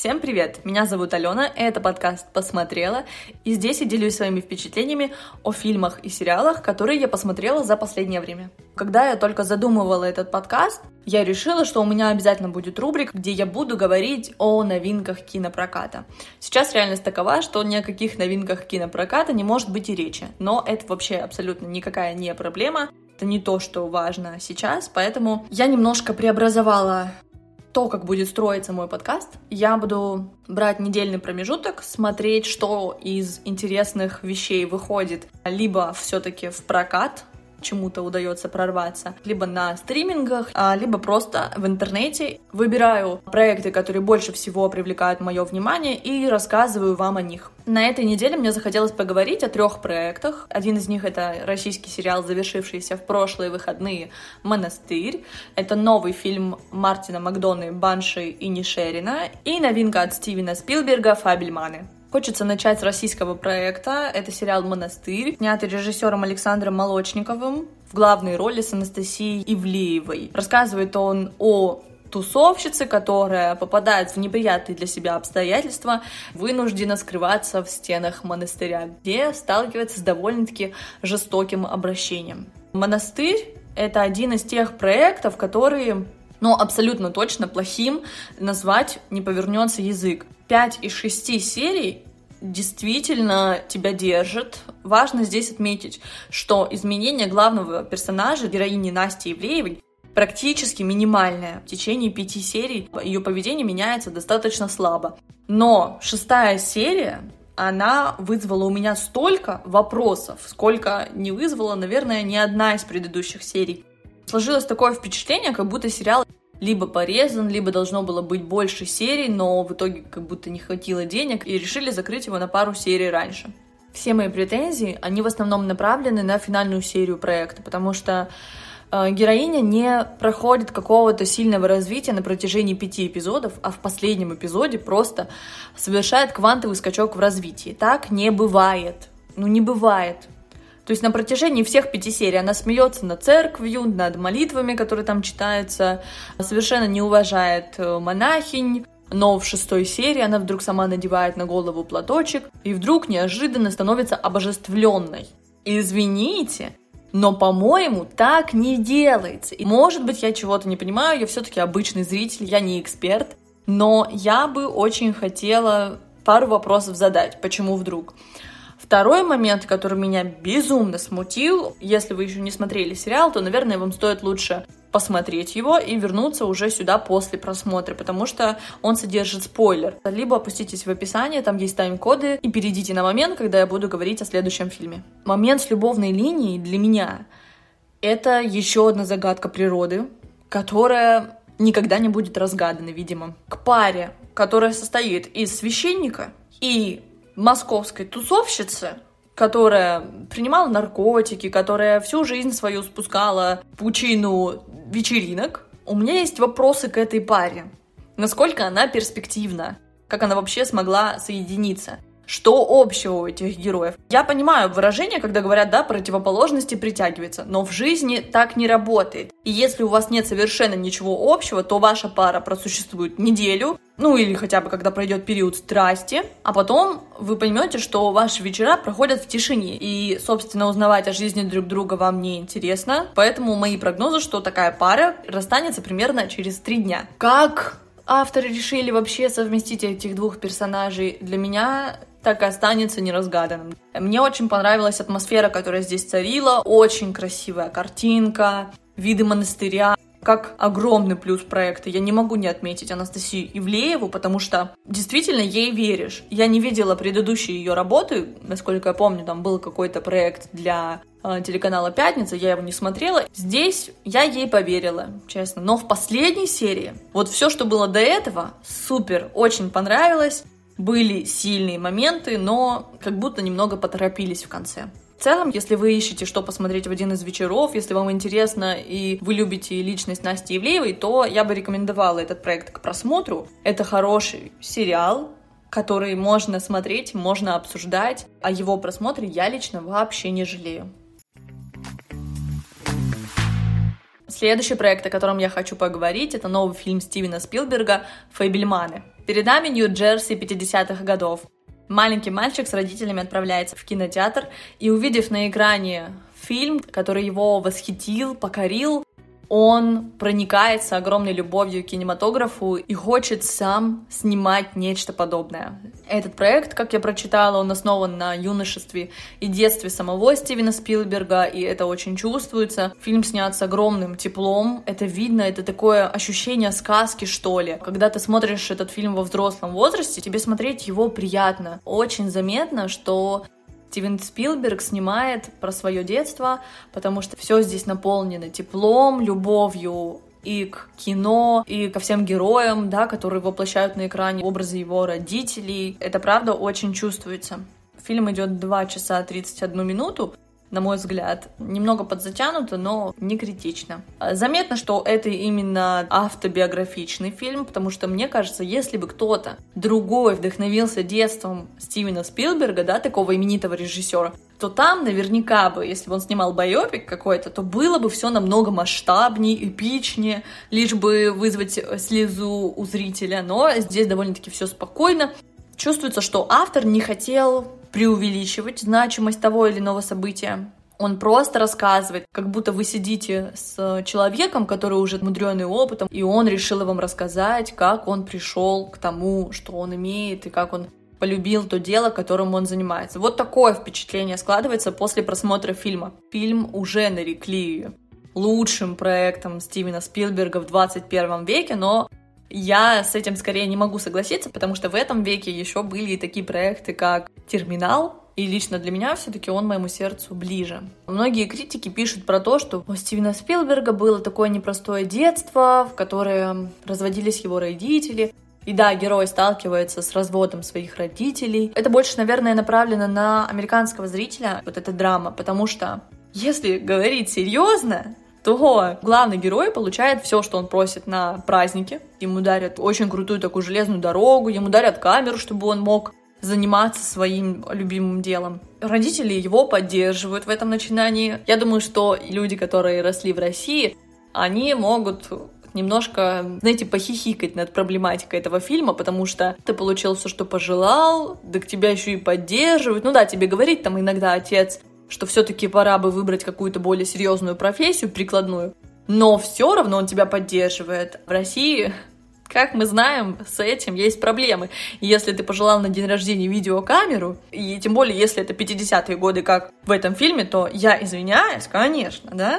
Всем привет! Меня зовут Алена, это подкаст «Посмотрела», и здесь я делюсь своими впечатлениями о фильмах и сериалах, которые я посмотрела за последнее время. Когда я только задумывала этот подкаст, я решила, что у меня обязательно будет рубрика, где я буду говорить о новинках кинопроката. Сейчас реальность такова, что ни о каких новинках кинопроката не может быть и речи, но это вообще абсолютно никакая не проблема, это не то, что важно сейчас, поэтому я немножко преобразовала то, как будет строиться мой подкаст. Я буду брать недельный промежуток, смотреть, что из интересных вещей выходит либо все-таки в прокат, чему-то удается прорваться, либо на стримингах, либо просто в интернете. Выбираю проекты, которые больше всего привлекают мое внимание, и рассказываю вам о них. На этой неделе мне захотелось поговорить о 3 проектах. Один из них — это российский сериал, завершившийся в прошлые выходные, «Монастырь». Это новый фильм Мартина Макдоны, Банши и Нишерина, и новинка от Стивена Спилберга «Фабельманы». Хочется начать с российского проекта. Это сериал «Монастырь», снятый режиссером Александром Молочниковым в главной роли с Анастасией Ивлеевой. Рассказывает он о тусовщице, которая попадает в неприятные для себя обстоятельства, вынуждена скрываться в стенах монастыря, где сталкивается с довольно-таки жестоким обращением. «Монастырь» — это один из тех проектов, которые, абсолютно точно плохим назвать не повернется язык. 5 из 6 серий действительно тебя держит. Важно здесь отметить, что изменение главного персонажа, героини Насти Ивлеевой, практически минимальное. В течение 5 серий ее поведение меняется достаточно слабо. Но 6-я серия, она вызвала у меня столько вопросов, сколько не вызвала, наверное, ни одна из предыдущих серий. Сложилось такое впечатление, как будто сериал либо порезан, либо должно было быть больше серий, но в итоге как будто не хватило денег и решили закрыть его на пару серий раньше. Все мои претензии, они в основном направлены на финальную серию проекта, потому что героиня не проходит какого-то сильного развития на протяжении 5 эпизодов, а в последнем эпизоде просто совершает квантовый скачок в развитии. Так не бывает. Не бывает. То есть на протяжении всех 5 серий она смеется над церковью, над молитвами, которые там читаются, совершенно не уважает монахинь, но в 6-й серии она вдруг сама надевает на голову платочек и вдруг неожиданно становится обожествленной. Извините, но, по-моему, так не делается. И, может быть, я чего-то не понимаю, я все-таки обычный зритель, я не эксперт, но я бы очень хотела пару вопросов задать, почему вдруг. Второй момент, который меня безумно смутил, если вы еще не смотрели сериал, то, наверное, вам стоит лучше посмотреть его и вернуться уже сюда после просмотра, потому что он содержит спойлер. Либо опуститесь в описание, там есть тайм-коды, и перейдите на момент, когда я буду говорить о следующем фильме. Момент с любовной линией для меня — это еще одна загадка природы, которая никогда не будет разгадана, видимо. К паре, которая состоит из священника и московской тусовщицы, которая принимала наркотики, которая всю жизнь свою спускала в пучину вечеринок, у меня есть вопросы к этой паре. Насколько она перспективна? Как она вообще смогла соединиться? Что общего у этих героев? Я понимаю выражение, когда говорят, да, противоположности притягиваются, но в жизни так не работает. И если у вас нет совершенно ничего общего, то ваша пара просуществует неделю, или хотя бы когда пройдет период страсти, а потом вы поймете, что ваши вечера проходят в тишине. И, собственно, узнавать о жизни друг друга вам не интересно. Поэтому мои прогнозы, что такая пара расстанется примерно через 3 дня. Как авторы решили вообще совместить этих 2 персонажей, для меня так и останется неразгаданным. Мне очень понравилась атмосфера, которая здесь царила, очень красивая картинка, виды монастыря. Как огромный плюс проекта я не могу не отметить Анастасию Ивлееву, потому что действительно ей веришь. Я не видела предыдущие ее работы, насколько я помню, там был какой-то проект для телеканала «Пятница», я его не смотрела. Здесь я ей поверила, честно. Но в последней серии, все, что было до этого, супер, очень понравилось. Были сильные моменты, но как будто немного поторопились в конце. В целом, если вы ищете, что посмотреть в один из вечеров, если вам интересно и вы любите личность Насти Ивлеевой, то я бы рекомендовала этот проект к просмотру. Это хороший сериал, который можно смотреть, можно обсуждать. О его просмотре я лично вообще не жалею. Следующий проект, о котором я хочу поговорить, это новый фильм Стивена Спилберга «Фейбельманы». Перед нами Нью-Джерси 50-х годов. Маленький мальчик с родителями отправляется в кинотеатр, и увидев на экране фильм, который его восхитил, покорил, он проникается огромной любовью к кинематографу и хочет сам снимать нечто подобное. Этот проект, как я прочитала, он основан на юношестве и детстве самого Стивена Спилберга, и это очень чувствуется. Фильм снят с огромным теплом, это видно, это такое ощущение сказки, что ли. Когда ты смотришь этот фильм во взрослом возрасте, тебе смотреть его приятно. Очень заметно, что Стивен Спилберг снимает про свое детство, потому что все здесь наполнено теплом, любовью и к кино, и ко всем героям, да, которые воплощают на экране образы его родителей. Это правда очень чувствуется. Фильм идет 2 часа 31 минуту. На мой взгляд, немного подзатянуто, но не критично. Заметно, что это именно автобиографичный фильм, потому что, мне кажется, если бы кто-то другой вдохновился детством Стивена Спилберга, да, такого именитого режиссера, то там наверняка бы, если бы он снимал байопик какой-то, то было бы все намного масштабнее, эпичнее, лишь бы вызвать слезу у зрителя, но здесь довольно-таки все спокойно. Чувствуется, что автор не хотел преувеличивать значимость того или иного события. Он просто рассказывает, как будто вы сидите с человеком, который уже мудрёный опытом, и он решил вам рассказать, как он пришел к тому, что он имеет, и как он полюбил то дело, которым он занимается. Вот такое впечатление складывается после просмотра фильма. Фильм уже нарекли лучшим проектом Стивена Спилберга в 21 веке, но я с этим скорее не могу согласиться, потому что в этом веке еще были и такие проекты, как «Терминал», и лично для меня все-таки он моему сердцу ближе. Многие критики пишут про то, что у Стивена Спилберга было такое непростое детство, в которое разводились его родители. И да, герой сталкивается с разводом своих родителей. Это больше, наверное, направлено на американского зрителя, вот эта драма, потому что, если говорить серьезно, то главный герой получает все, что он просит на празднике. Ему дарят очень крутую такую железную дорогу, ему дарят камеру, чтобы он мог заниматься своим любимым делом. Родители его поддерживают в этом начинании. Я думаю, что люди, которые росли в России, они могут немножко, знаете, похихикать над проблематикой этого фильма, потому что ты получил все, что пожелал, да к тебя еще и поддерживают. Ну да, тебе говорит там иногда отец, что все-таки пора бы выбрать какую-то более серьезную профессию, прикладную, но все равно он тебя поддерживает. В России, как мы знаем, с этим есть проблемы. И если ты пожелал на день рождения видеокамеру, и тем более, если это 50-е годы, как в этом фильме, то я извиняюсь, конечно, да,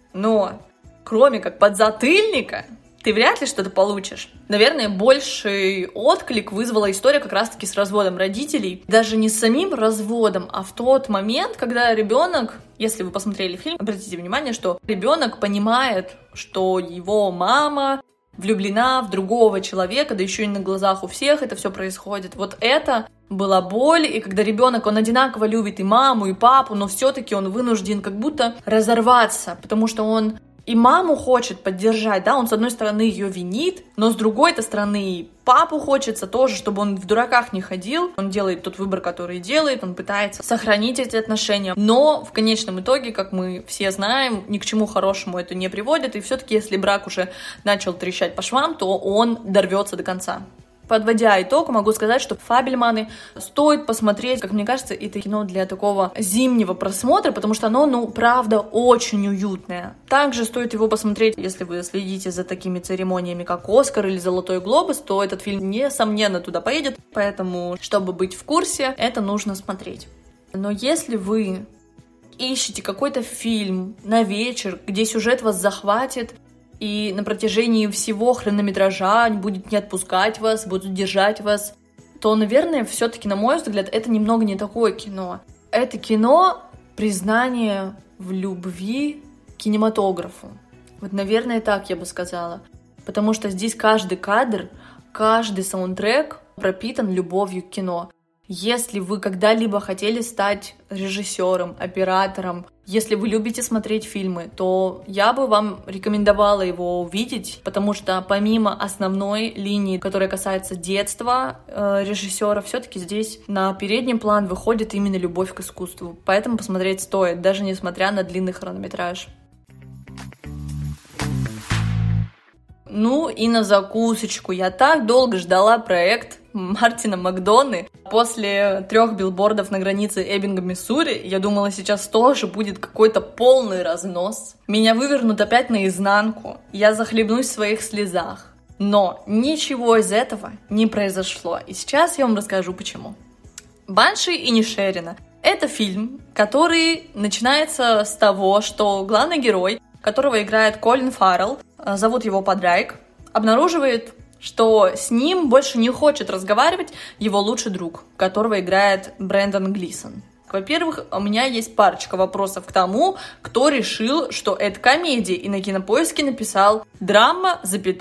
но кроме как подзатыльника ты вряд ли что-то получишь. Наверное, больший отклик вызвала история как раз-таки с разводом родителей. Даже не с самим разводом, а в тот момент, когда ребенок, если вы посмотрели фильм, обратите внимание, что ребенок понимает, что его мама влюблена в другого человека, да еще и на глазах у всех это все происходит. Вот это была боль, и когда ребенок, он одинаково любит и маму, и папу, но все-таки он вынужден как будто разорваться, потому что он и маму хочет поддержать, да, он с одной стороны ее винит, но с другой-то стороны и папу хочется тоже, чтобы он в дураках не ходил, он делает тот выбор, который делает, он пытается сохранить эти отношения, но в конечном итоге, как мы все знаем, ни к чему хорошему это не приводит, и все-таки если брак уже начал трещать по швам, то он дорвется до конца. Подводя итог, могу сказать, что «Фабельманы» стоит посмотреть. Как мне кажется, это кино для такого зимнего просмотра, потому что оно, правда, очень уютное. Также стоит его посмотреть, если вы следите за такими церемониями, как «Оскар» или «Золотой глобус», то этот фильм, несомненно, туда поедет. Поэтому, чтобы быть в курсе, это нужно смотреть. Но если вы ищете какой-то фильм на вечер, где сюжет вас захватит, и на протяжении всего хронометража будет не отпускать вас, будет держать вас, то, наверное, все-таки, на мой взгляд, это немного не такое кино. Это кино признание в любви к кинематографу. Вот, наверное, так я бы сказала. Потому что здесь каждый кадр, каждый саундтрек пропитан любовью к кино. Если вы когда-либо хотели стать режиссером, оператором, если вы любите смотреть фильмы, то я бы вам рекомендовала его увидеть, потому что помимо основной линии, которая касается детства режиссера, все-таки здесь на передний план выходит именно любовь к искусству. Поэтому посмотреть стоит, даже несмотря на длинный хронометраж. Ну и на закусочку. Я так долго ждала проект Мартина Макдоны. После 3 билбордов на границе Эббинга, Миссури, я думала, сейчас тоже будет какой-то полный разнос. Меня вывернут опять наизнанку. Я захлебнусь в своих слезах. Но ничего из этого не произошло. И сейчас я вам расскажу, почему. «Банши Инишерина» — это фильм, который начинается с того, что главный герой, которого играет Колин Фаррелл, зовут его Подрайк, обнаруживает, что с ним больше не хочет разговаривать его лучший друг, которого играет Брендан Глисон. Во-первых, у меня есть парочка вопросов к тому, кто решил, что это комедия, и на Кинопоиске написал «драма,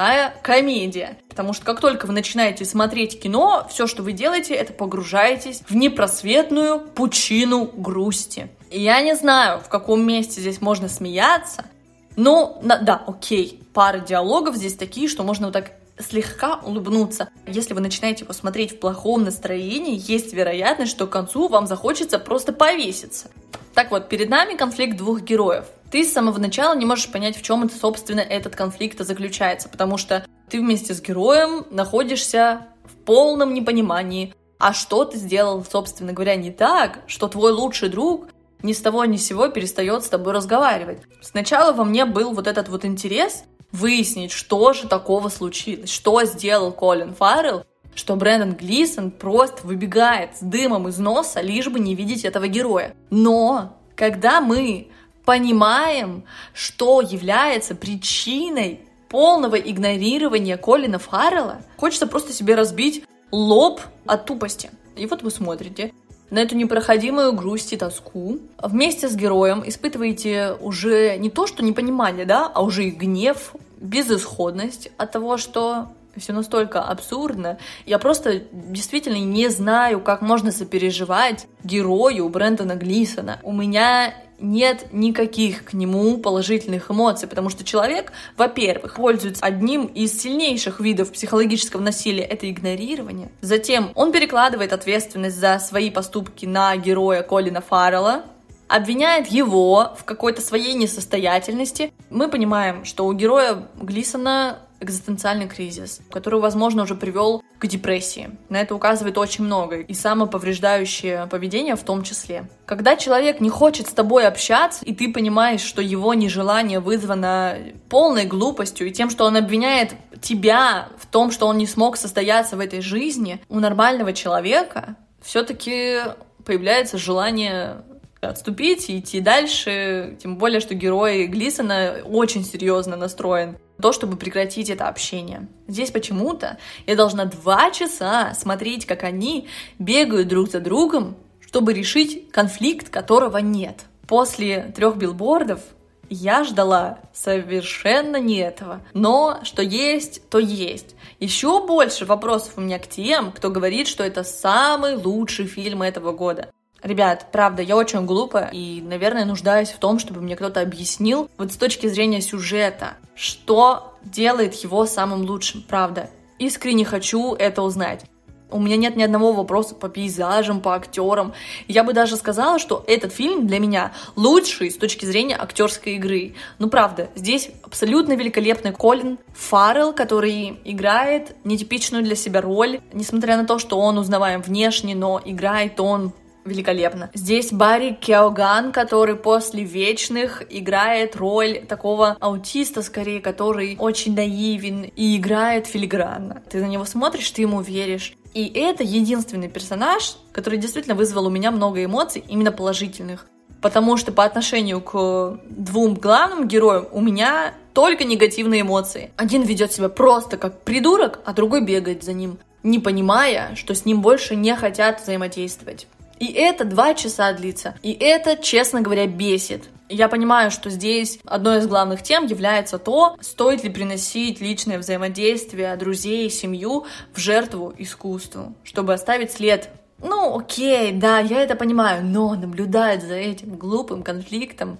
комедия». Потому что как только вы начинаете смотреть кино, все, что вы делаете, это погружаетесь в непросветную пучину грусти. И я не знаю, в каком месте здесь можно смеяться, но да, окей, пара диалогов здесь такие, что можно вот так слегка улыбнуться. Если вы начинаете его смотреть в плохом настроении, есть вероятность, что к концу вам захочется просто повеситься. Так вот, перед нами конфликт двух героев. Ты с самого начала не можешь понять, в чем это, собственно, этот конфликт заключается, потому что ты вместе с героем находишься в полном непонимании, а что ты сделал, собственно говоря, не так, что твой лучший друг ни с того ни с сего перестает с тобой разговаривать. Сначала во мне был вот этот вот интерес выяснить, что же такого случилось, что сделал Колин Фаррелл, что Брендан Глисон просто выбегает с дымом из носа, лишь бы не видеть этого героя. Но когда мы понимаем, что является причиной полного игнорирования Колина Фаррелла, хочется просто себе разбить лоб от тупости. И вот вы смотрите на эту непроходимую грусть и тоску. Вместе с героем испытываете уже не то, что непонимание, да, а уже и гнев, безысходность от того, что все настолько абсурдно. Я просто действительно не знаю, как можно сопереживать герою Брендана Глисона. У меня нет никаких к нему положительных эмоций, потому что человек, во-первых, пользуется одним из сильнейших видов психологического насилия — это игнорирование. Затем он перекладывает ответственность за свои поступки на героя Колина Фаррелла, обвиняет его в какой-то своей несостоятельности. Мы понимаем, что у героя Глисона экзистенциальный кризис, который, возможно, уже привел к депрессии. На это указывает очень много, и самоповреждающее поведение в том числе. Когда человек не хочет с тобой общаться, и ты понимаешь, что его нежелание вызвано полной глупостью и тем, что он обвиняет тебя в том, что он не смог состояться в этой жизни, у нормального человека все-таки появляется желание отступить и идти дальше, тем более, что герой Глисона очень серьезно настроен на то, чтобы прекратить это общение. Здесь почему-то я должна 2 часа смотреть, как они бегают друг за другом, чтобы решить конфликт, которого нет. После 3 билбордов я ждала совершенно не этого. Но что есть, то есть. Еще больше вопросов у меня к тем, кто говорит, что это самый лучший фильм этого года. Ребят, правда, я очень глупая и, наверное, нуждаюсь в том, чтобы мне кто-то объяснил, вот с точки зрения сюжета, что делает его самым лучшим, правда. Искренне хочу это узнать. У меня нет ни одного вопроса по пейзажам, по актерам. Я бы даже сказала, что этот фильм для меня лучший с точки зрения актерской игры. Ну, правда, здесь абсолютно великолепный Колин Фаррелл, который играет нетипичную для себя роль, несмотря на то, что он узнаваем внешне, но играет он великолепно. Здесь Барри Кеоган, который после «Вечных» играет роль такого аутиста, скорее, который очень наивен и играет филигранно. Ты на него смотришь, ты ему веришь. И это единственный персонаж, который действительно вызвал у меня много эмоций, именно положительных. Потому что по отношению к 2 главным героям у меня только негативные эмоции. Один ведет себя просто как придурок, а другой бегает за ним, не понимая, что с ним больше не хотят взаимодействовать. И это 2 часа длится. И это, честно говоря, бесит. Я понимаю, что здесь одной из главных тем является то, стоит ли приносить личное взаимодействие друзей, семью в жертву искусству, чтобы оставить след. Ну, окей, да, я это понимаю, но наблюдать за этим глупым конфликтом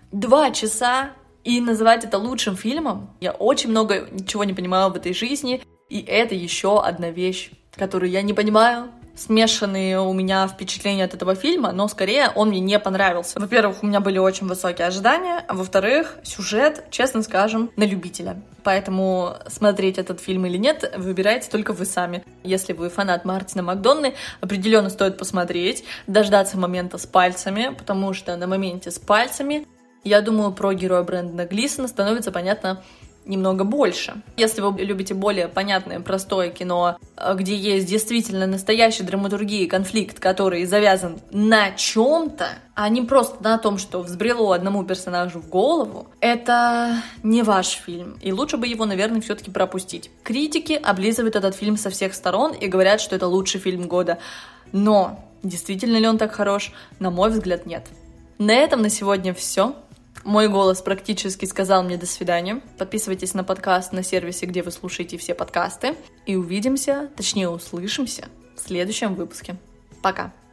2 часа и называть это лучшим фильмом, я очень много ничего не понимаю в этой жизни, и это еще одна вещь, которую я не понимаю смешанные у меня впечатления от этого фильма, но скорее он мне не понравился. Во-первых, у меня были очень высокие ожидания, а во-вторых, сюжет, честно скажем, на любителя. Поэтому смотреть этот фильм или нет, выбирайте только вы сами. Если вы фанат Мартина МакДонаху, определенно стоит посмотреть, дождаться момента с пальцами, потому что на моменте с пальцами, я думаю, про героя Брэндона Глисона становится понятно немного больше. Если вы любите более понятное, простое кино, где есть действительно настоящий драматургия и конфликт, который завязан на чем-то, а не просто на том, что взбрело одному персонажу в голову, это не ваш фильм. И лучше бы его, наверное, все-таки пропустить. Критики облизывают этот фильм со всех сторон и говорят, что это лучший фильм года. Но действительно ли он так хорош? На мой взгляд, нет. На этом на сегодня все. Мой голос практически сказал мне до свидания. Подписывайтесь на подкаст на сервисе, где вы слушаете все подкасты. И увидимся, точнее услышимся в следующем выпуске. Пока!